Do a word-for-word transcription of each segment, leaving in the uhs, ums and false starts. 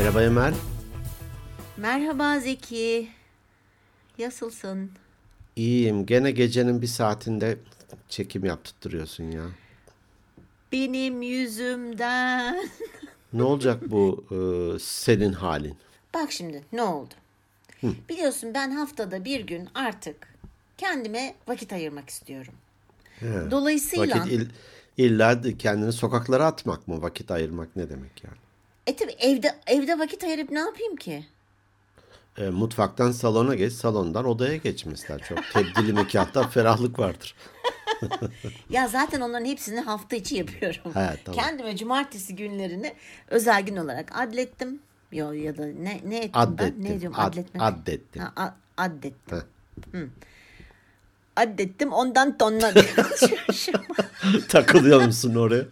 Merhaba Emel. Merhaba Zeki. Nasılsın? İyiyim. Gene gecenin bir saatinde çekim yaptırtıyorsun ya. Benim yüzümden. Ne olacak bu e, senin halin? Bak şimdi ne oldu? Hı. Biliyorsun ben haftada bir gün artık kendime vakit ayırmak istiyorum. He. Dolayısıyla Vakit il, illa de kendini sokaklara atmak mı? Vakit ayırmak ne demek yani? e tabii evde evde vakit ayırıp ne yapayım ki? E, mutfaktan salona geç, salondan odaya geç mesela. Çok tebdili nikahta ferahlık vardır. Ya zaten onların hepsini hafta içi yapıyorum. He, tamam. Kendime cumartesi günlerini özel gün olarak adlettim. Yo, ya da ne ne ettim Addettim. ben? Ne diyorum Ad- adletmek? addettim. Ha, a- addettim. Heh. Addettim ondan tonla. Takılıyor musun oraya?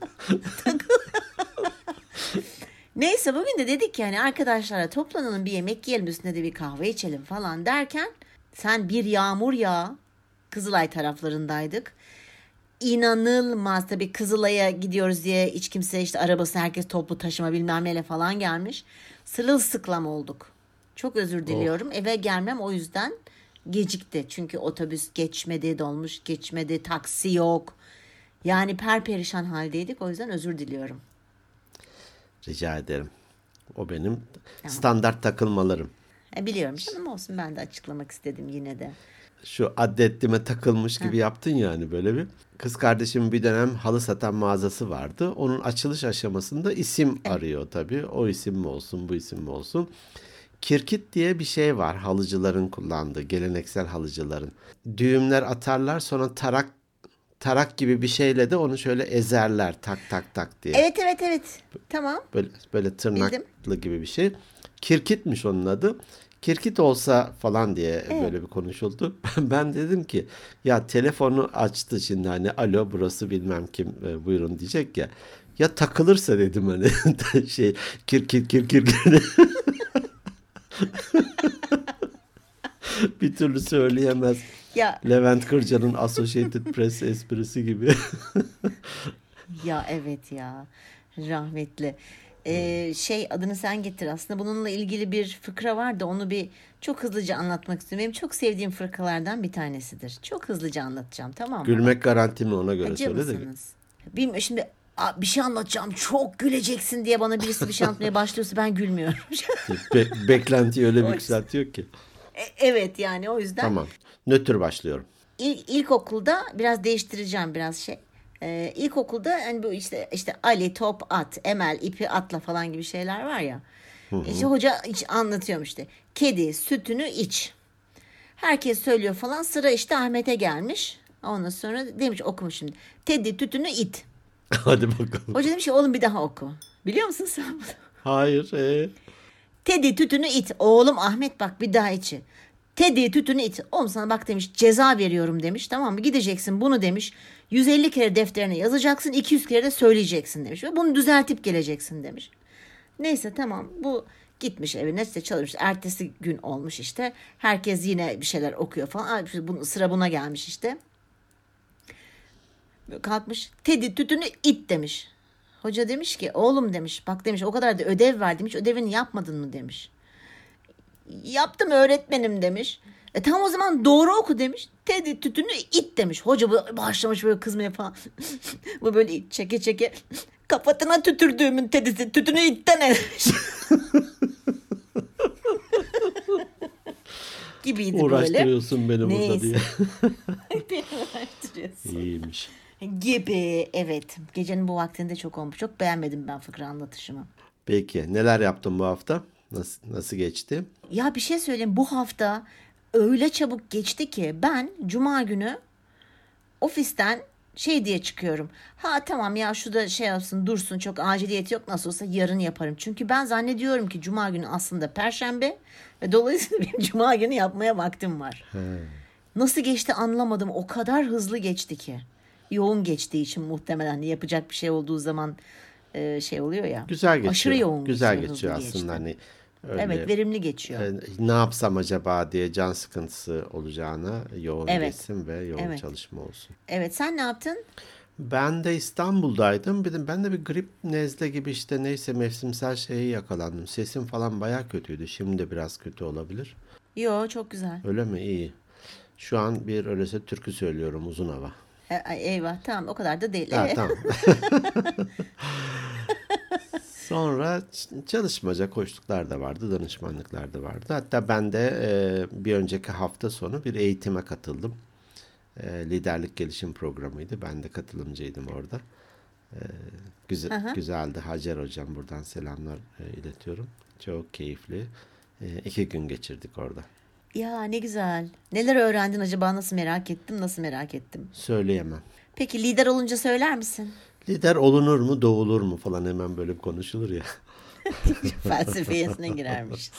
Neyse bugün de dedik ki hani arkadaşlarla toplanalım, bir yemek yiyelim, üstüne de bir kahve içelim falan derken sen bir yağmur yağ, Kızılay taraflarındaydık. İnanılmaz, tabii Kızılay'a gidiyoruz diye hiç kimse, işte arabası herkes toplu taşıma bilmem neyle falan gelmiş. Sırılsıklam olduk. Çok özür diliyorum. Eve gelmem o yüzden gecikti. Çünkü otobüs geçmedi, dolmuş geçmedi, taksi yok. Yani perperişan haldeydik, o yüzden özür diliyorum. Rica ederim. O benim standart takılmalarım. E, biliyorum canım, olsun, ben de açıklamak istedim yine de. Şu adetime takılmış gibi yaptın yani böyle bir. Kız kardeşim bir dönem halı satan mağazası vardı. Onun açılış aşamasında isim arıyor tabii. O isim mi olsun, bu isim mi olsun. Kirkit diye bir şey var halıcıların kullandığı, geleneksel halıcıların. Düğümler atarlar, sonra tarak tarak gibi bir şeyle de onu şöyle ezerler, tak tak tak diye. Evet evet evet. Tamam. Böyle, böyle tırnaklı Bildim. gibi bir şey. Kirkitmiş onun adı. Kirkit olsa falan diye Evet. böyle bir konuşuldu. Ben dedim ki ya telefonu açtı şimdi, hani alo burası bilmem kim e, buyurun diyecek ya. Ya takılırsa dedim hani şey kirkit kirkit kirkit. Bir türlü söyleyemez. Ya Levent Kırca'nın Associated Press esprisi gibi. ya evet ya. Rahmetli. Ee, şey, adını sen getir. Aslında bununla ilgili bir fıkra var da onu bir çok hızlıca anlatmak istiyorum. Benim çok sevdiğim fıkralardan bir tanesidir. Çok hızlıca anlatacağım, tamam mı? Gülmek garanti mi, ona göre Acı söyle de. mısınız? Bilmiyorum şimdi, a, bir şey anlatacağım, çok güleceksin diye bana birisi bir şey anlatmaya başlıyorsa ben gülmüyorum. Be- beklentiyi öyle bir O- yükseltiyor ki. E, evet, yani o yüzden Tamam. Nötr başlıyorum. İl, ilkokulda biraz değiştireceğim biraz şey. Ee, ilkokulda hani bu işte işte Ali top at, Emel ipi atla falan gibi şeyler var ya. İşte hoca hiç anlatıyormuş işte. Kedi sütünü iç. Herkes söylüyor falan. Sıra işte Ahmet'e gelmiş. Ondan sonra demiş, okumuş şimdi. Teddy tütünü it. Hadi bakalım. Hoca demiş ki oğlum bir daha oku. Biliyor musun sen bunu? Hayır. E? Teddy tütünü it. Oğlum Ahmet bak bir daha içi. Teddy tütünü it. Oğlum sana bak demiş, ceza veriyorum demiş. Tamam mı? Gideceksin bunu demiş. yüz elli kere defterine yazacaksın. iki yüz kere de söyleyeceksin demiş. Ve bunu düzeltip geleceksin demiş. Neyse tamam, bu gitmiş evine, işte çalışmış. Ertesi gün olmuş işte. Herkes yine bir şeyler okuyor falan. Aa, sıra buna gelmiş işte. Kalkmış, Teddy tütünü it demiş. Hoca demiş ki oğlum demiş, bak demiş o kadar da ödev verdim, hiç ödevini yapmadın mı demiş. Yaptım öğretmenim demiş. E tamam o zaman doğru oku demiş. Teddy tütünü it demiş. Hoca bu başlamış böyle kızmaya falan. Bu böyle çeke çeke. Kafatına tütürdüğümün Teddy'si tütünü itten demiş. Gibiydi böyle. Uğraştırıyorsun beni burada Neyse. diye. Beni uğraştırıyorsun. İyiymiş. Gibi, evet. Gecenin bu vaktinde çok olmuş. Çok beğenmedim ben fıkra anlatışımı. Peki neler yaptın bu hafta? Nasıl, nasıl geçti? Ya bir şey söyleyeyim, bu hafta öyle çabuk geçti ki ben cuma günü ofisten şey diye çıkıyorum. Ha tamam ya, şu da şey yapsın dursun, çok aciliyeti yok, nasıl olsa yarın yaparım. Çünkü ben zannediyorum ki cuma günü aslında perşembe ve dolayısıyla benim cuma günü yapmaya vaktim var. He. Nasıl geçti anlamadım, o kadar hızlı geçti ki. Yoğun geçtiği için muhtemelen, hani yapacak bir şey olduğu zaman e, şey oluyor ya. Güzel geçiyor. Aşırı yoğun Güzel geçiyor, geçiyor hızlı aslında geçti. hani öyle, Evet, verimli geçiyor. e, ne yapsam acaba diye can sıkıntısı olacağına yoğun Evet. geçsin ve yoğun Evet. çalışma olsun. Evet, sen ne yaptın? Ben de İstanbul'daydım. Bir de ben de bir grip, nezle gibi işte neyse mevsimsel şeye yakalandım. Sesim falan baya kötüydü. Şimdi de biraz kötü olabilir. Yo, çok güzel. Öyle mi? İyi. Şu an bir öylese türkü söylüyorum, uzun hava. E, ay, eyvah, tamam, o kadar da değil. Ha, Evet. tamam. Sonra ç- çalışmaca, koştuklar da vardı, danışmanlıklar da vardı. Hatta ben de e, bir önceki hafta sonu bir eğitime katıldım. E, liderlik gelişim programıydı. Ben de katılımcıydım orada. Güzel, Hı hı. güzeldi. Hacer hocam, buradan selamlar e, iletiyorum. Çok keyifli. E, iki gün geçirdik orada. Ya ne güzel. Neler öğrendin acaba, nasıl merak ettim, nasıl merak ettim. Söyleyemem. Peki lider olunca söyler misin? Lider olunur mu, doğulur mu falan hemen böyle bir konuşulur ya. Felsefesine girermiş.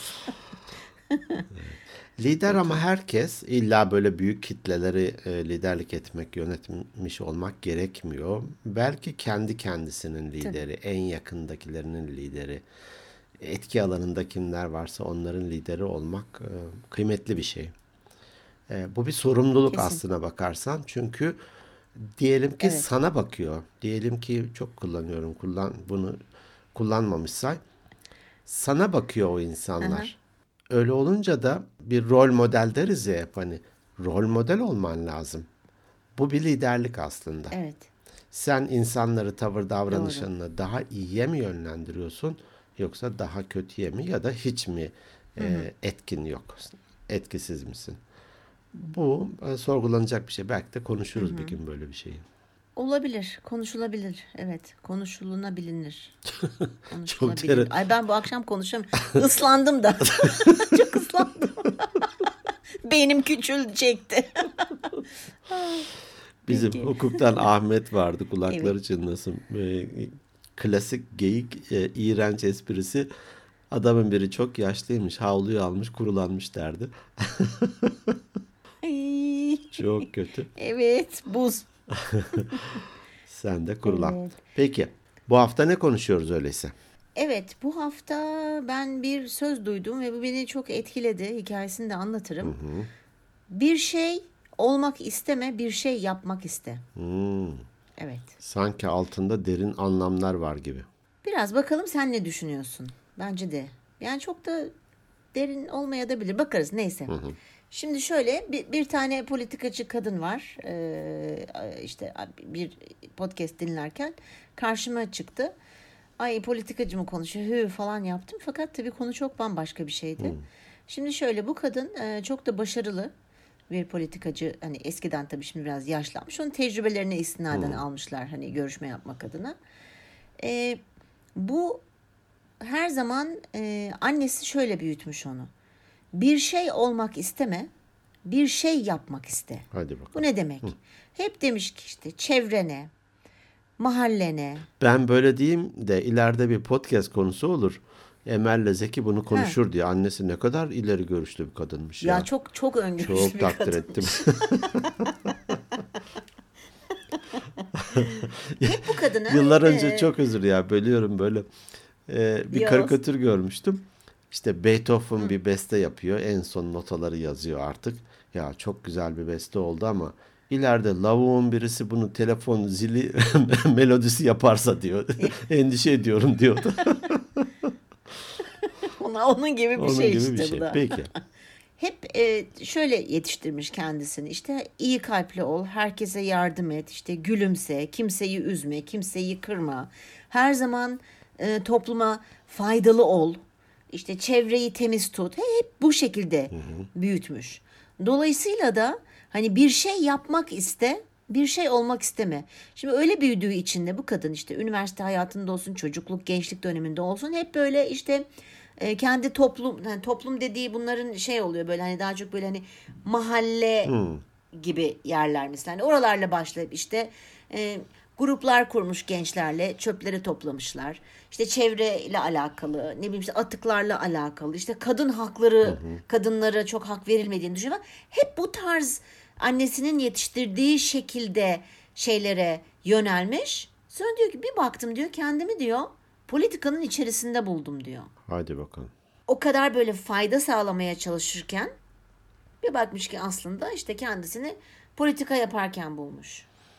Lider ama Peki. herkes illa böyle büyük kitleleri e, liderlik etmek, yönetmiş olmak gerekmiyor. Belki kendi kendisinin Tabii. lideri, en yakındakilerinin lideri, etki alanında kimler varsa onların lideri olmak e, kıymetli bir şey. E, bu bir sorumluluk Kesin. aslına bakarsan. Çünkü diyelim ki Evet. sana bakıyor. Diyelim ki çok kullanıyorum, kullan bunu kullanmamışsay. Sana bakıyor o Hı hı. insanlar. Öyle olunca da bir rol model deriz ya hep, hani rol model olman lazım. Bu bir liderlik aslında. Evet. Sen insanları tavır Doğru. davranışlarını daha iyiye mi yönlendiriyorsun yoksa daha kötüye mi ya da hiç mi e, etkin yok? Etkisiz misin? Bu e, sorgulanacak bir şey. Belki de konuşuruz bir gün böyle bir şeyi. Olabilir. Konuşulabilir. Evet. Konuşulunabilir. Çok Konuşulabilir. derin. Ay, ben bu akşam konuşamıyorum. Islandım da. Çok ıslandım. Beynim küçüldü, çekti. Bizim Peki. hukuktan Ahmet vardı, Evet. kulakları çınlasın. E, klasik geyik, e, iğrenç esprisi. Adamın biri çok yaşlıymış, havluyu almış, kurulanmış derdi. Ay. Çok kötü. Evet. Buz. Sen de kurulan. Evet. Peki, bu hafta ne konuşuyoruz öyleyse? Evet, bu hafta ben bir söz duydum ve bu beni çok etkiledi. Hikayesini de anlatırım. Bir şey olmak isteme, bir şey yapmak iste. Hmm, Evet. sanki altında derin anlamlar var gibi. Biraz bakalım sen ne düşünüyorsun? Bence de. Yani çok da derin olmayabilir. Bakarız, neyse. Şimdi şöyle bir, bir tane politikacı kadın var. Ee, işte bir podcast dinlerken karşıma çıktı. Ay, politikacı mı konuşuyor hü falan yaptım. Fakat tabii konu çok bambaşka bir şeydi. Şimdi şöyle, bu kadın e, çok da başarılı bir politikacı. Hani eskiden, tabii şimdi biraz yaşlanmış. Onun tecrübelerine istinaden almışlar hani görüşme yapmak adına. E, bu her zaman e, annesi şöyle büyütmüş onu. Bir şey olmak isteme, bir şey yapmak iste. Hadi Bu bakalım. ne demek? Hep demiş ki işte çevrene, mahallene. Ben böyle diyeyim de ileride bir podcast konusu olur. Emel'le Zeki bunu Ha, konuşur diye. Annesi ne kadar ileri görüşlü bir kadınmış ya ya. çok çok öngörüşlü Çok bir takdir ettim. kadınmış. Hep bu kadını Yıllar önce, e, çok özür ya bölüyorum böyle. Ee, bir Yağız. karikatür görmüştüm. İşte Beethoven bir beste yapıyor. En son notaları yazıyor artık. Ya çok güzel bir beste oldu ama ileride lavuğun birisi bunu telefon zili melodisi yaparsa diyor. Endişe ediyorum diyordu. Ona onun gibi bir Onun şey gibi bir işte bu şey. da. Peki. Hep e, şöyle yetiştirmiş kendisini. İşte iyi kalpli ol, herkese yardım et, işte gülümse, kimseyi üzme, kimseyi kırma. Her zaman e, topluma faydalı ol. İşte çevreyi temiz tut. Hep bu şekilde büyütmüş. Dolayısıyla da hani bir şey yapmak iste, bir şey olmak isteme. Şimdi öyle büyüdüğü için de bu kadın işte üniversite hayatında olsun, çocukluk, gençlik döneminde olsun hep böyle işte e, kendi toplum, yani toplum dediği bunların şey oluyor, böyle hani daha çok böyle hani mahalle gibi yerler mesela. Hani oralarla başlayıp işte e, gruplar kurmuş, gençlerle çöpleri toplamışlar. İşte çevreyle alakalı, ne bileyim işte atıklarla alakalı, işte kadın hakları, kadınlara çok hak verilmediğini düşünüyor. Hep bu tarz annesinin yetiştirdiği şekilde şeylere yönelmiş. Sonra diyor ki bir baktım diyor, kendimi diyor politikanın içerisinde buldum diyor. Hadi bakalım. O kadar böyle fayda sağlamaya çalışırken bir bakmış ki aslında işte kendisini politika yaparken bulmuş.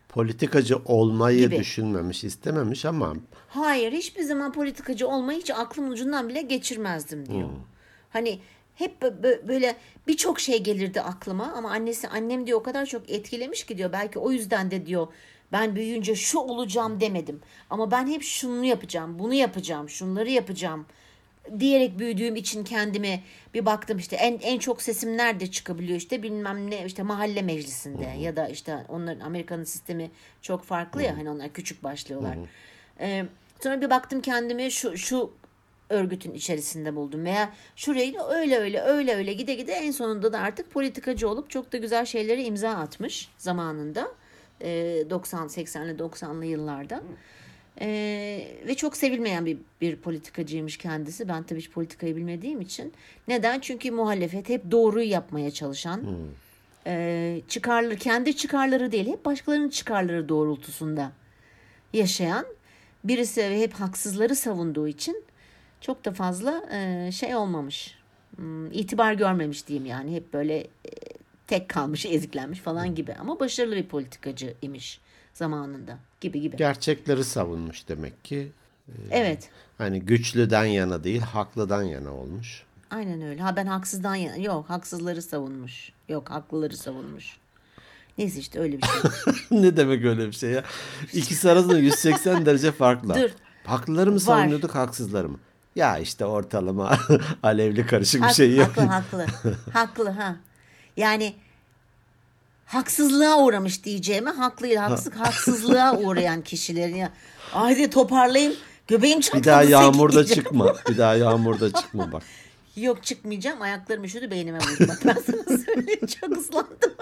politikacı olmayı Gibi. düşünmemiş, istememiş ama Hayır, hiçbir zaman politikacı olmayı hiç aklımın ucundan bile geçirmezdim diyor. Hani hep bö- bö- böyle birçok şey gelirdi aklıma ama annesi annem diyor o kadar çok etkilemiş ki diyor belki o yüzden de diyor ben büyüyünce şu olacağım demedim. Ama ben hep şunu yapacağım, bunu yapacağım, şunları yapacağım diyerek büyüdüğüm için kendime bir baktım işte en en çok sesim nerede çıkabiliyor işte bilmem ne işte mahalle meclisinde ya da işte onların Amerika'nın sistemi çok farklı ya hani onlar küçük başlıyorlar. Ee, sonra bir baktım kendimi şu şu örgütün içerisinde buldum veya şurayı öyle öyle öyle öyle gide gide en sonunda da artık politikacı olup çok da güzel şeylere imza atmış zamanında. Ee, doksan seksenli doksanlı yıllarda. Ee, ve çok sevilmeyen bir, bir politikacıymış kendisi. Ben tabii hiç politikayı bilmediğim için. Neden? Çünkü muhalefet hep doğruyu yapmaya çalışan, e, çıkarları, kendi çıkarları değil, hep başkalarının çıkarları doğrultusunda yaşayan birisi ve hep haksızları savunduğu için çok da fazla e, şey olmamış. Hmm, itibar görmemiş diyeyim yani. Hep böyle e, tek kalmış, eziklenmiş falan gibi. Ama başarılı bir politikacı imiş zamanında gibi gibi. gerçekleri savunmuş demek ki. Evet. Hani güçlüden yana değil, haklıdan yana olmuş. Aynen öyle. Ha ben haksızdan yana. Yok haksızları savunmuş. Yok haklıları savunmuş. Neyse işte öyle bir şey. Ne demek öyle bir şey ya? İkisi arasında yüz seksen derece farklı. Dur. Haklıları mı Var. savunuyorduk, haksızları mı? Ya işte ortalama alevli karışık bir Hak, şey yok. haklı haklı. Haklı ha. Yani haksızlığa uğramış diyeceğime haklıyla haksız haksızlığa uğrayan kişilerin ya. Haydi toparlayayım. Göbeğim Bir çatladı. daha yağmurda sekeyim. çıkma. Bir daha yağmurda çıkma bak. Yok çıkmayacağım. Ayaklarım üşüdü beynime vurdu. Bak ben sana söyleyeyim. Çok ıslandım.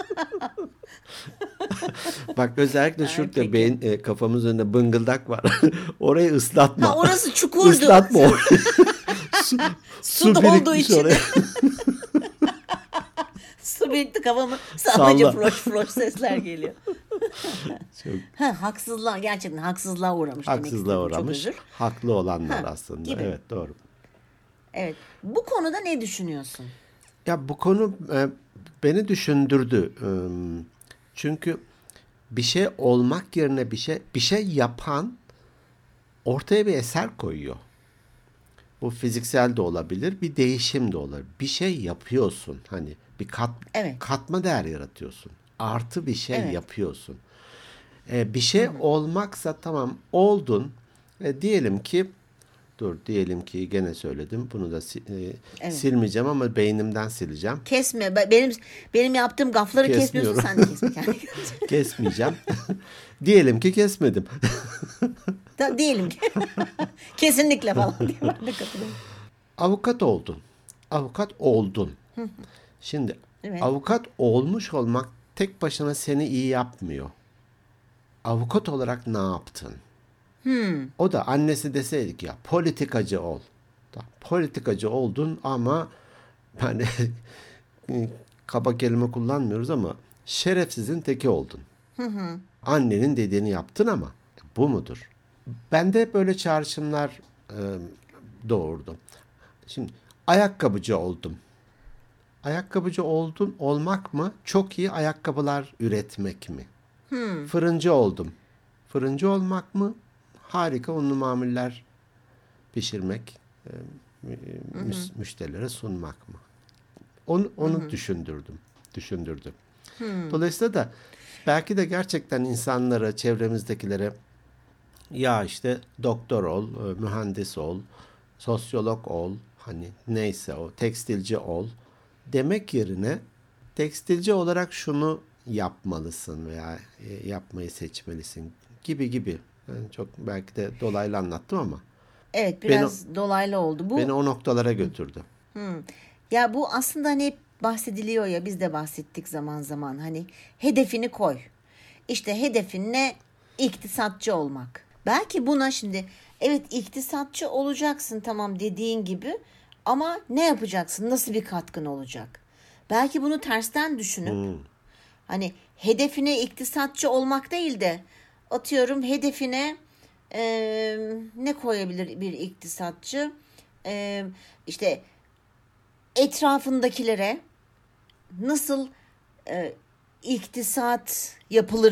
Bak özellikle Ay, şurada peki. beyin e, kafamız önünde bıngıldak var. Orayı ıslatma. Ha orası çukurdu. Islatma orayı. su, Su doldu birikmiş içine. oraya. Su birikti kafamı sallayınca Salla. floş floş sesler geliyor. Çok Ha, haksızlığa gerçekten haksızlığa uğramış demek haksızlığa istedim. Çok uğramış. özür. Haklı olanlar Ha, aslında. gibi. Evet doğru. Evet. Bu konuda ne düşünüyorsun? Ya bu konu e, beni düşündürdü. E, çünkü bir şey olmak yerine bir şey bir şey yapan ortaya bir eser koyuyor. Bu fiziksel de olabilir, bir değişim de olabilir. Bir şey yapıyorsun. Hani bir kat, Evet. katma değer yaratıyorsun. Artı bir şey Evet. yapıyorsun. E, bir şey olmaksa tamam oldun. E, diyelim ki dur diyelim ki gene söyledim. Bunu da si- e, Evet. silmeyeceğim ama beynimden sileceğim. Kesme. Be- Benim benim yaptığım gafları kesmiyorsun Kesmiyorum. sen de kesme kendini. Kesmeyeceğim. Diyelim ki kesmedim. Da, diyelim ki. Kesinlikle falan diye ben de katılıyorum. Avukat oldun. Avukat oldun. Şimdi Evet. avukat olmuş olmak tek başına seni iyi yapmıyor. Avukat olarak ne yaptın? O da annesi deseydik ya politikacı ol. Tamam, politikacı oldun ama hani kaba kelime kullanmıyoruz ama şerefsizin teki oldun. Annenin dediğini yaptın ama bu mudur? Bende hep böyle çağrışımlar e, doğurdu. Şimdi ayakkabıcı oldum. Ayakkabıcı oldun olmak mı? Çok iyi ayakkabılar üretmek mi? Fırıncı oldum. Fırıncı olmak mı? Harika unlu mamuller pişirmek, e, mü- müşterilere sunmak mı? Onu, onu düşündürdüm. Düşündürdüm. Dolayısıyla da belki de gerçekten insanlara, çevremizdekilere ya işte doktor ol, e, mühendis ol, sosyolog ol, hani neyse o tekstilci ol demek yerine tekstilci olarak şunu yapmalısın veya e, yapmayı seçmelisin gibi gibi. Yani çok belki de dolaylı anlattım ama Evet biraz dolaylı oldu. Bu beni o noktalara götürdü. ya bu aslında hani hep bahsediliyor ya biz de bahsettik zaman zaman hani hedefini koy. İşte hedefin ne? İktisatçı olmak. Belki buna şimdi evet iktisatçı olacaksın tamam dediğin gibi ama ne yapacaksın? Nasıl bir katkın olacak? Belki bunu tersten düşünüp hani hedefine iktisatçı olmak değil de atıyorum hedefine e, ne koyabilir bir iktisatçı? E, işte etrafındakilere nasıl e, iktisat yapılırı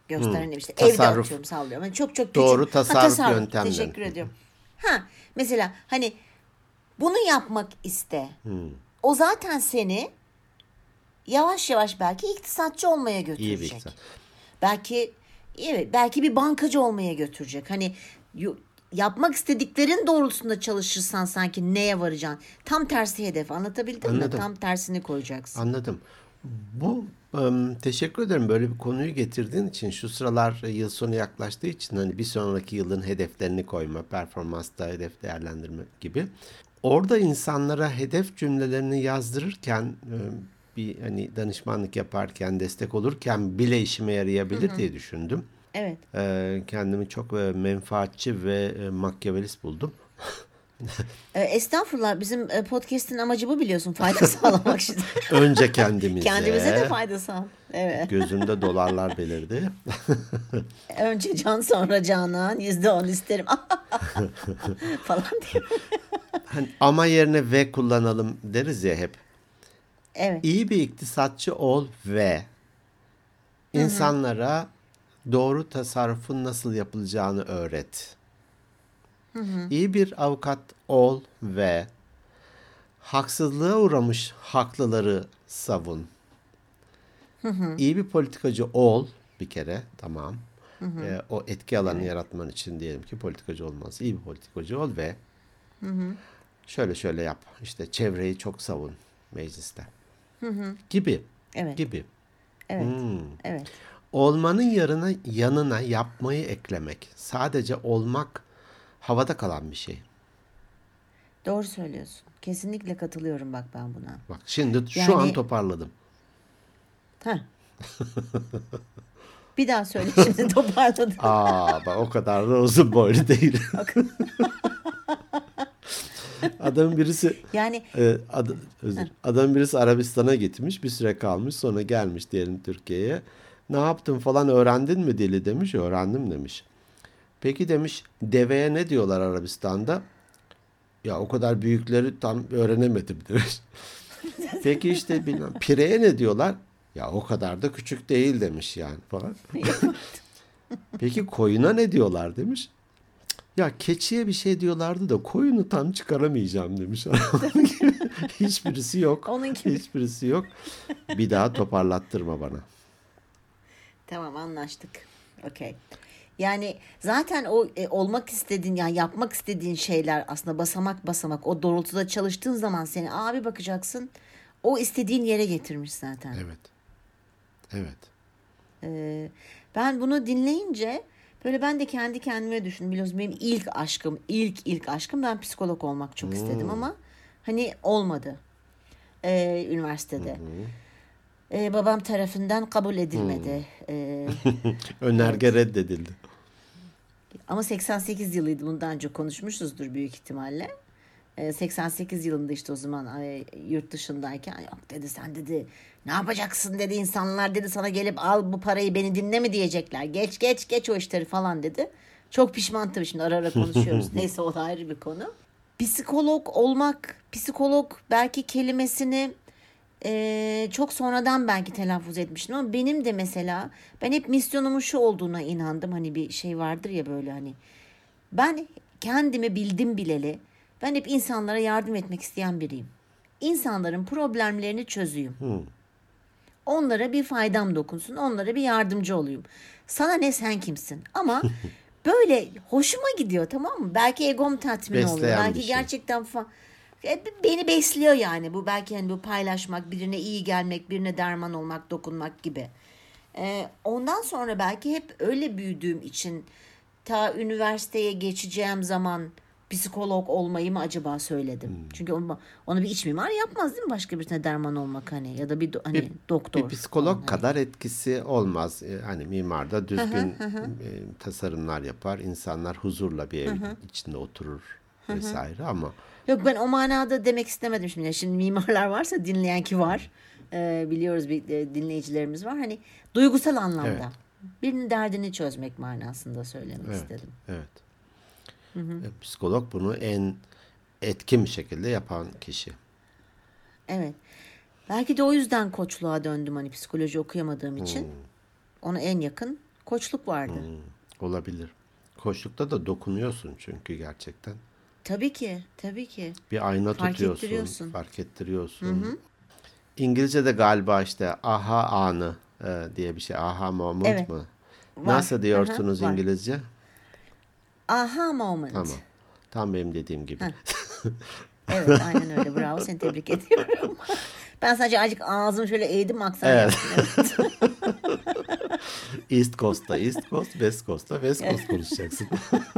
Gösteren işte Tasarruf. evde atıyorum sallıyorum. Yani çok çok küçük. Doğru tasarruf tasarruf. yöntemleri. Teşekkür ediyorum. Ha mesela hani bunu yapmak iste. O zaten seni yavaş yavaş belki iktisatçı olmaya İyi bir götürecek. iktisat. Belki evet, belki bir bankacı olmaya götürecek. Hani yo- yapmak istediklerin doğrultusunda çalışırsan sanki neye varacaksın? Tam tersi hedef. Anlatabildim mi? Anladım. Tam tersini koyacaksın. Anladım. Bu em, teşekkür ederim böyle bir konuyu getirdiğin için. Şu sıralar e, yıl sonu yaklaştığı için hani bir sonraki yılın hedeflerini koyma, performansta hedef değerlendirme gibi. Orada insanlara hedef cümlelerini yazdırırken e, bir hani danışmanlık yaparken, destek olurken bile işime yarayabilir diye düşündüm. Evet. E, kendimi çok e, menfaatçi ve e, makyavelist buldum. E, estağfurullah, bizim e, podcast'in amacı bu, biliyorsun, fayda sağlamak şimdi. Önce kendimize. Kendimize de fayda sağ. Evet. Gözümde dolarlar belirdi. Önce can sonra canan yüzde on isterim falan diyor. Hani ama yerine ve kullanalım deriz ya hep. Evet. İyi bir iktisatçı ol ve insanlara doğru tasarrufun nasıl yapılacağını öğret. İyi bir avukat ol ve haksızlığa uğramış haklıları savun. İyi bir politikacı ol bir kere, tamam. Ee, o etki alanı yaratman için diyelim ki politikacı olmaz. İyi bir politikacı ol ve şöyle şöyle yap. İşte çevreyi çok savun mecliste. Gibi. Evet. Gibi. Evet. Hmm. Evet. Olmanın yanına, yanına yapmayı eklemek. Sadece olmak havada kalan bir şey. Doğru söylüyorsun. Kesinlikle katılıyorum bak ben buna. Bak şimdi şu Yani- an toparladım. Ha. Bir daha söyle şimdi, toparladım. Aa bak o kadar da uzun boylu değil. Adamın birisi Yani e, ad, özür. Adamın birisi Arabistan'a gitmiş, bir süre kalmış, sonra gelmiş diyelim Türkiye'ye. Ne yaptın falan, öğrendin mi dili demiş. Öğrendim demiş. Peki demiş, deveye ne diyorlar Arabistan'da? Ya o kadar büyükleri tam öğrenemedim demiş. Peki işte bilmem pireye ne diyorlar? Ya o kadar da küçük değil demiş yani falan. Peki koyuna ne diyorlar demiş. Ya keçiye bir şey diyorlardı da koyunu tam çıkaramayacağım demiş. Hiçbirisi yok. Onun gibi. Hiçbirisi yok. Bir daha toparlattırma bana. tamam, anlaştık. Okey. Yani zaten o e, olmak istediğin, yani yapmak istediğin şeyler aslında basamak basamak o doğrultuda çalıştığın zaman seni abi bakacaksın, o istediğin yere getirmiş zaten. Evet. Evet. Ee, ben bunu dinleyince böyle ben de kendi kendime düşündüm. Biliyorsun benim ilk aşkım, ilk ilk aşkım, ben psikolog olmak çok istedim ama hani olmadı ee, üniversitede. Ee, babam tarafından kabul edilmedi. Ee, Önerge reddedildi. ama seksen sekiz yılıydı, bundan önce konuşmuşuzdur büyük ihtimalle. Ee, seksen sekiz yılında işte o zaman ay, yurt dışındayken, yok dedi, sen dedi ne yapacaksın dedi, insanlar dedi sana gelip al bu parayı, beni dinle mi diyecekler, geç geç geç o işleri falan dedi. Çok pişman tabii, şimdi ara ara konuşuyoruz. Neyse, o da ayrı bir konu. Psikolog olmak, psikolog belki kelimesini e, çok sonradan belki telaffuz etmiştim ama benim de mesela, ben hep misyonumun şu olduğuna inandım. Hani bir şey vardır ya böyle, hani ben kendimi bildim bileli ben hep insanlara yardım etmek isteyen biriyim. İnsanların problemlerini çözeyim. Onlara bir faydam dokunsun, onlara bir yardımcı olayım. Sana ne, sen kimsin? Ama böyle hoşuma gidiyor, tamam mı? Belki egom tatmin oluyor. Besleyen Belki bir şey. gerçekten fa- e, beni besliyor yani. Bu belki hani bu paylaşmak, birine iyi gelmek, birine derman olmak, dokunmak gibi. Ee, ondan sonra belki hep öyle büyüdüğüm için ta üniversiteye geçeceğim zaman psikolog olmayı mı acaba söyledim. Çünkü onu, onu bir iç mimar yapmaz değil mi? Başka birine derman olmak hani, ya da bir do- hani Bir- doktor. Bir psikolog falan. kadar etkisi olmaz. Ee, Hani mimar da düzgün e, tasarımlar yapar. İnsanlar huzurla bir evin içinde oturur vesaire ama Yok, ben o manada demek istemedim şimdi. Şimdi mimarlar varsa dinleyen, ki var. Ee, biliyoruz, bir e, dinleyicilerimiz var. Hani duygusal anlamda. Evet. Birinin derdini çözmek manasında söylemek evet, istedim. evet. E, Psikolog bunu en etkin bir şekilde yapan kişi. Evet. Belki de o yüzden koçluğa döndüm, hani psikoloji okuyamadığım için. Ona en yakın Koçluk vardı. Hmm, olabilir. Koçlukta da dokunuyorsun çünkü gerçekten. Tabii ki, tabii ki. Bir ayna Fark tutuyorsun, ettiriyorsun. fark ettiriyorsun. İngilizce'de galiba işte aha anı e, diye bir şey. Aha moment Evet, mı? var. Nasıl Hı hı, diyorsunuz var. İngilizce? Aha moment. Tamam. Tam benim dediğim gibi. Evet, aynen öyle. Bravo, seni tebrik ediyorum. Ben sadece azıcık ağzımı şöyle eğdim, aksan Evet. yaptım. Evet. East Coast'ta East Coast, West Coast'ta West Coast konuşacaksın.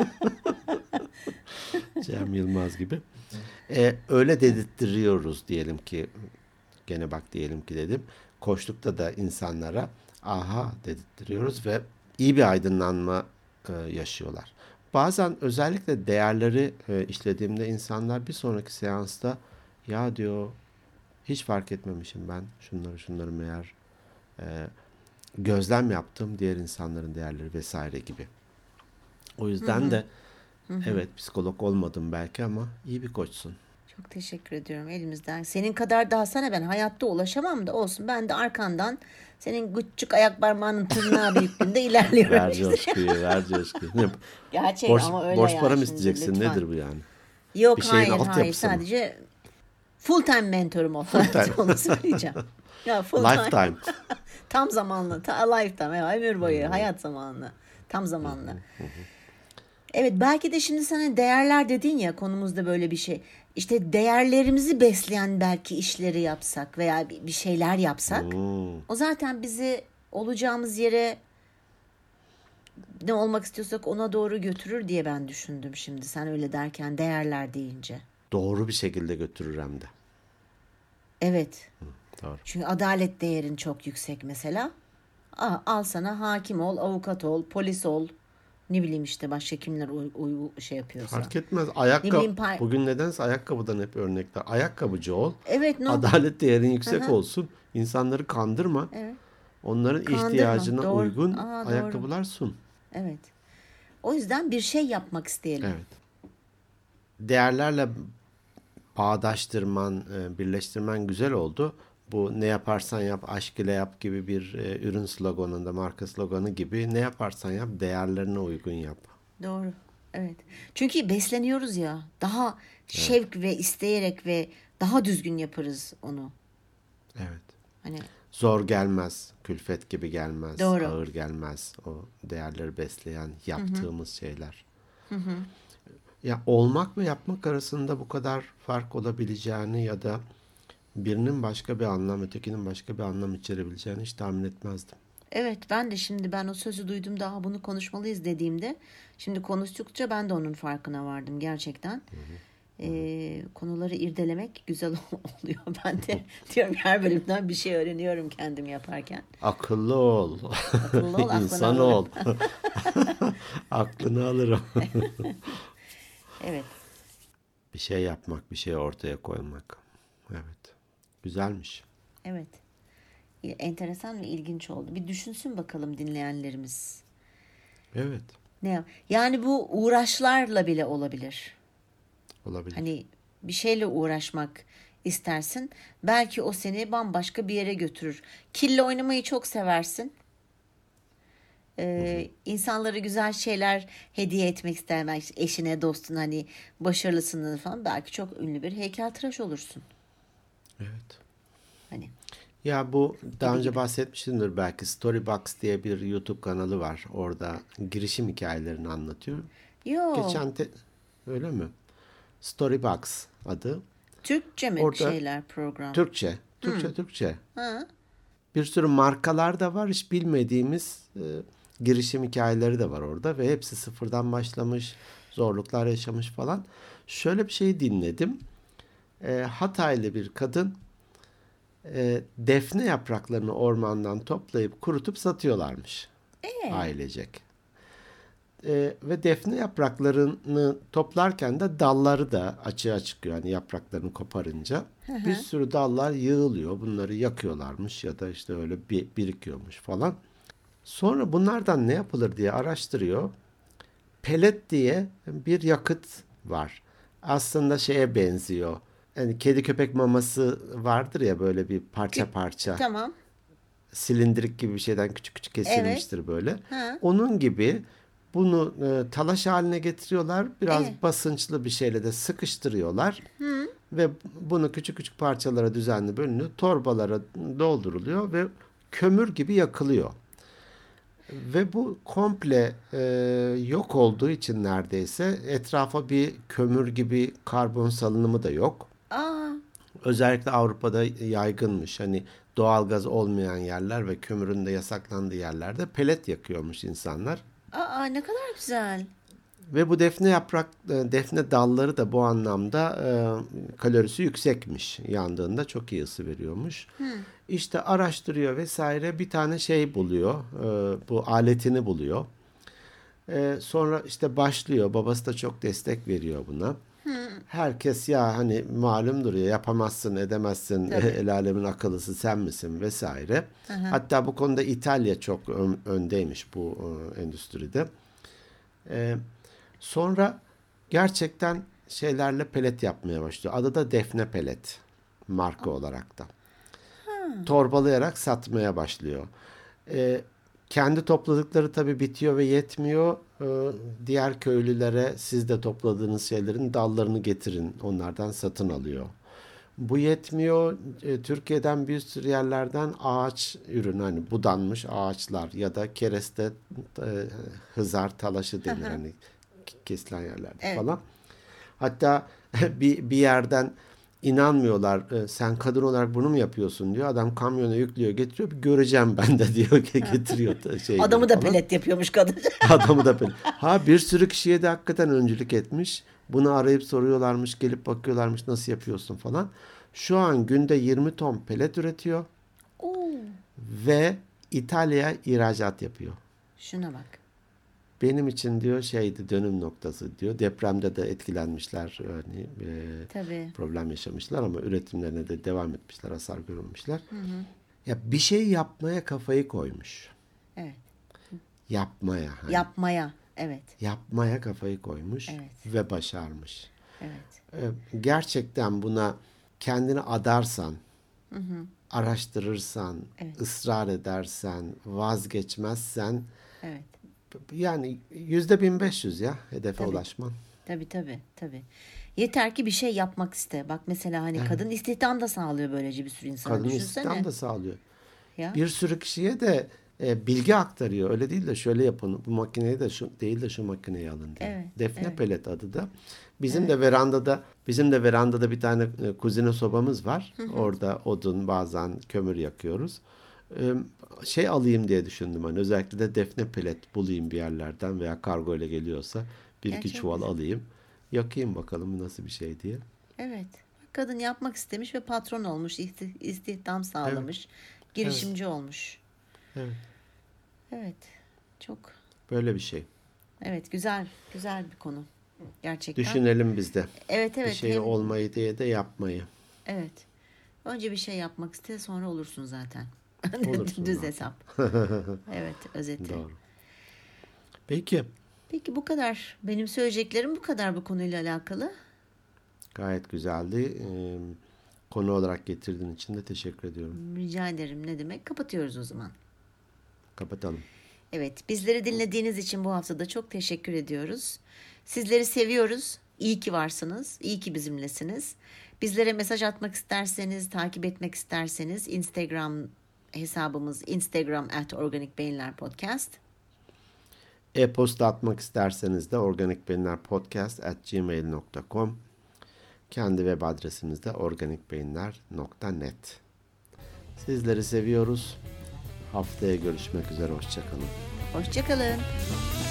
Cem Yılmaz gibi. E, öyle dedirtiyoruz diyelim ki, gene bak diyelim ki dedim. Koçlukta da insanlara aha dedirtiyoruz ve iyi bir aydınlanma e, yaşıyorlar. Bazen özellikle değerleri e, işlediğimde insanlar bir sonraki seansta ya diyor hiç fark etmemişim ben şunları şunları meğer e, gözlem yaptım diğer insanların değerleri vesaire gibi. O yüzden de evet psikolog olmadım belki ama iyi bir koçsun. Çok teşekkür ediyorum elimizden. Senin kadar daha sana ben hayatta ulaşamam da olsun. Ben de arkandan senin küçük ayak parmağının tırnağı büyüklüğünde ilerliyorum Ver işte. coşkuyu, ver coşkuyu. Ne, Gerçek borç, ama öyle borç yani para mı şimdi isteyeceksin? lütfen. Nedir bu yani? Yok Bir şeyin hayır hayır altyapısı mı? sadece full time mentorum o. time. Onu söyleyeceğim. Ya full time. Lifetime. Tam zamanlı. Ta, lifetime. Ya, ömür boyu. Hayat zamanlı. Tam zamanlı. Evet belki de şimdi sana değerler dedin ya konumuzda böyle bir şey. İşte değerlerimizi besleyen belki işleri yapsak veya bir bir şeyler yapsak. Hmm, O zaten bizi olacağımız yere ne olmak istiyorsak ona doğru götürür diye ben düşündüm şimdi. Sen öyle derken değerler deyince. doğru bir şekilde götürür hem de. Evet. Doğru. Çünkü adalet değerin çok yüksek mesela. Aa, al sana hakim ol, avukat ol, polis ol. Ne bileyim işte başka kimler uy, uy- şey yapıyorsa. Fark etmez. Ne Ayakkabı, bileyim pay- bugün nedense ayakkabıdan hep örnekler. Ayakkabıcı ol. Evet no. Adalet değerin yüksek Hı hı. olsun. İnsanları kandırma. Evet. Onların Kandırma. ihtiyacına Doğru. uygun Aa, doğru. ayakkabılar sun. Evet. O yüzden bir şey yapmak isteyelim. Evet. Değerlerle bağdaştırman, e, birleştirmen güzel oldu. Bu ne yaparsan yap, aşk ile yap gibi bir e, ürün sloganında, marka sloganı gibi ne yaparsan yap, değerlerine uygun yap. Doğru. Evet. Çünkü besleniyoruz ya. Daha şevk ve isteyerek ve daha düzgün yaparız onu. Evet. Hani Zor gelmez, külfet gibi gelmez, Doğru. ağır gelmez. O değerleri besleyen yaptığımız şeyler. Ya olmak ve yapmak arasında bu kadar fark olabileceğini ya da birinin başka bir anlam, ötekinin başka bir anlam içerebileceğini hiç tahmin etmezdim. evet ben de şimdi ben o sözü duydum daha bunu konuşmalıyız dediğimde şimdi konuştukça ben de onun farkına vardım gerçekten. Ee, konuları irdelemek güzel oluyor. Ben de diyorum her bölümden bir şey öğreniyorum kendim yaparken. Akıllı ol. Akıllı ol, aklını İnsan alırım. ol. Aklını alırım. Evet. Bir şey yapmak, bir şey ortaya koymak. Evet. Güzelmiş. Evet. Enteresan ve ilginç oldu. Bir düşünsün bakalım dinleyenlerimiz. Evet. Ne yap? Yani bu uğraşlarla bile olabilir. Olabilir. Hani bir şeyle uğraşmak istersin. Belki o seni bambaşka bir yere götürür. Kille oynamayı çok seversin. Ee, insanlara güzel şeyler hediye etmek ister. Belki eşine, dostuna hani başarılısını falan. Belki çok ünlü bir heykeltıraş olursun. Evet. Hani Ya bu daha gibi önce gibi. bahsetmişimdir belki. Storybox diye bir YouTube kanalı var. Orada girişim hikayelerini anlatıyor. Yo, Geçen te- öyle mi? Storybox adı. Türkçe mi Orada şeyler program? Türkçe. Türkçe, Türkçe. Ha, Bir sürü markalar da var. Hiç bilmediğimiz e, girişim hikayeleri de var orada. Ve hepsi sıfırdan başlamış. Zorluklar yaşamış falan. Şöyle bir şey dinledim. E, Hataylı bir kadın e, defne yapraklarını ormandan toplayıp kurutup satıyorlarmış. e, Ailecek. E, ve defne yapraklarını toplarken de dalları da açığa çıkıyor. Yani yapraklarını koparınca. Bir sürü dallar yığılıyor. Bunları yakıyorlarmış ya da işte öyle bir, birikiyormuş falan. Sonra bunlardan ne yapılır diye araştırıyor. Pelet diye bir yakıt var. Aslında şeye benziyor. Yani kedi köpek maması vardır ya böyle bir parça kü- parça tamam. silindirik gibi bir şeyden küçük küçük kesilmiştir böyle. Ha. Onun gibi bunu e, talaş haline getiriyorlar. Biraz Evet. basınçlı bir şeyle de sıkıştırıyorlar. Ve bunu küçük küçük parçalara düzenli bölünüyor. Torbalara dolduruluyor ve kömür gibi yakılıyor. Ve bu komple e, yok olduğu için neredeyse etrafa bir kömür gibi karbon salınımı da yok. Aa, Özellikle Avrupa'da yaygınmış. Hani doğalgaz olmayan yerler ve kömürün de yasaklandığı yerlerde pelet yakıyormuş insanlar. aa ne kadar güzel. Ve bu defne yaprak, e, defne dalları da bu anlamda e, kalorisi yüksekmiş. Yandığında çok iyi ısı veriyormuş. İşte araştırıyor vesaire, bir tane şey buluyor. E, bu aletini buluyor. E, sonra işte başlıyor. Babası da çok destek veriyor buna. Herkes ya hani malumdur ya, yapamazsın edemezsin, Tabii. el alemin akıllısı sen misin vesaire. Hatta bu konuda İtalya çok ön- öndeymiş bu e, endüstride. E, sonra gerçekten şeylerle pelet yapmaya başlıyor. Adı da Defne Pelet marka olarak da. Torbalayarak satmaya başlıyor. E, kendi topladıkları tabii bitiyor ve yetmiyor. E, diğer köylülere siz de topladığınız şeylerin dallarını getirin. Onlardan satın alıyor. Bu yetmiyor. E, Türkiye'den bir sürü yerlerden ağaç ürünü, hani budanmış ağaçlar ya da kereste e, hızar talaşı denir hani kesilen yerlerde Evet. falan. Hatta bir, bir yerden inanmıyorlar. E, sen kadın olarak bunu mu yapıyorsun diyor. Adam kamyona yüklüyor, getiriyor. Bir göreceğim ben de diyor ki getiriyor da şeyleri Adamı da falan. pelet yapıyormuş kadın. Adamı da pelet. Ha, bir sürü kişiye de hakikaten öncülük etmiş. Bunu arayıp soruyorlarmış, gelip bakıyorlarmış nasıl yapıyorsun falan. Şu an günde yirmi ton pelet üretiyor Oo, ve İtalya'ya ihracat yapıyor. şuna bak. Benim için diyor şeydi, dönüm noktası diyor. Depremde de etkilenmişler, hani e, Tabii. problem yaşamışlar ama üretimlerine de devam etmişler, hasar görmemişler. Ya bir şey yapmaya kafayı koymuş. Evet. Yapmaya. Hani. Yapmaya. Evet. Yapmaya kafayı koymuş Evet. ve başarmış. Evet. Ee, gerçekten buna kendini adarsan, araştırırsan, Evet. ısrar edersen, vazgeçmezsen, Evet. yani yüzde bin beş yüz ya hedefe Tabii. ulaşman. Tabii tabii tabii. Yeter ki bir şey yapmak iste. Bak mesela hani kadın istihdam da sağlıyor böylece bir sürü insana. Kadın Düşünsene. istihdam da sağlıyor. Ya. Bir sürü kişiye de e, bilgi aktarıyor. Öyle değil de şöyle yapın. Bu makineyi de şu değil de şu makineyi alın diye. Evet, Defne evet. Pelet adı da. Bizim de verandada bizim de verandada bir tane e, kuzine sobamız var. Orada odun, bazen kömür yakıyoruz. E, şey alayım diye düşündüm, hani özellikle de defne pelet bulayım bir yerlerden veya kargo ile geliyorsa bir Ya iki çok çuval güzel. alayım. Yakayım bakalım nasıl bir şey diye. Evet. Kadın yapmak istemiş ve patron olmuş, isti- istihdam sağlamış, girişimci olmuş. Evet. Evet. Çok. Böyle bir şey. Evet, güzel, güzel bir konu. Gerçekten. Düşünelim biz de. Evet, evet. Bir şey hem- olmayı diye de yapmayı. Evet. Önce bir şey yapmak iste, sonra olursun zaten. Olursun Düz zaten. hesap. Evet, özeti. Doğru. Peki. Peki bu kadar. Benim söyleyeceklerim bu kadar bu konuyla alakalı. Gayet güzeldi. Ee, konu olarak getirdiğin için de teşekkür ediyorum. Rica ederim. Ne demek? Kapatıyoruz o zaman. Kapatalım. Evet, bizleri dinlediğiniz için bu hafta da çok teşekkür ediyoruz. Sizleri seviyoruz. İyi ki varsınız. İyi ki bizimlesiniz. Bizlere mesaj atmak isterseniz, takip etmek isterseniz Instagram hesabımız Instagram at Organik Beyinler Podcast. E-posta atmak isterseniz de organikbeyinlerpodcast at gmail nokta com. Kendi web adresimiz de organikbeyinler nokta net. Sizleri seviyoruz. Haftaya görüşmek üzere. Hoşça kalın. Hoşçakalın.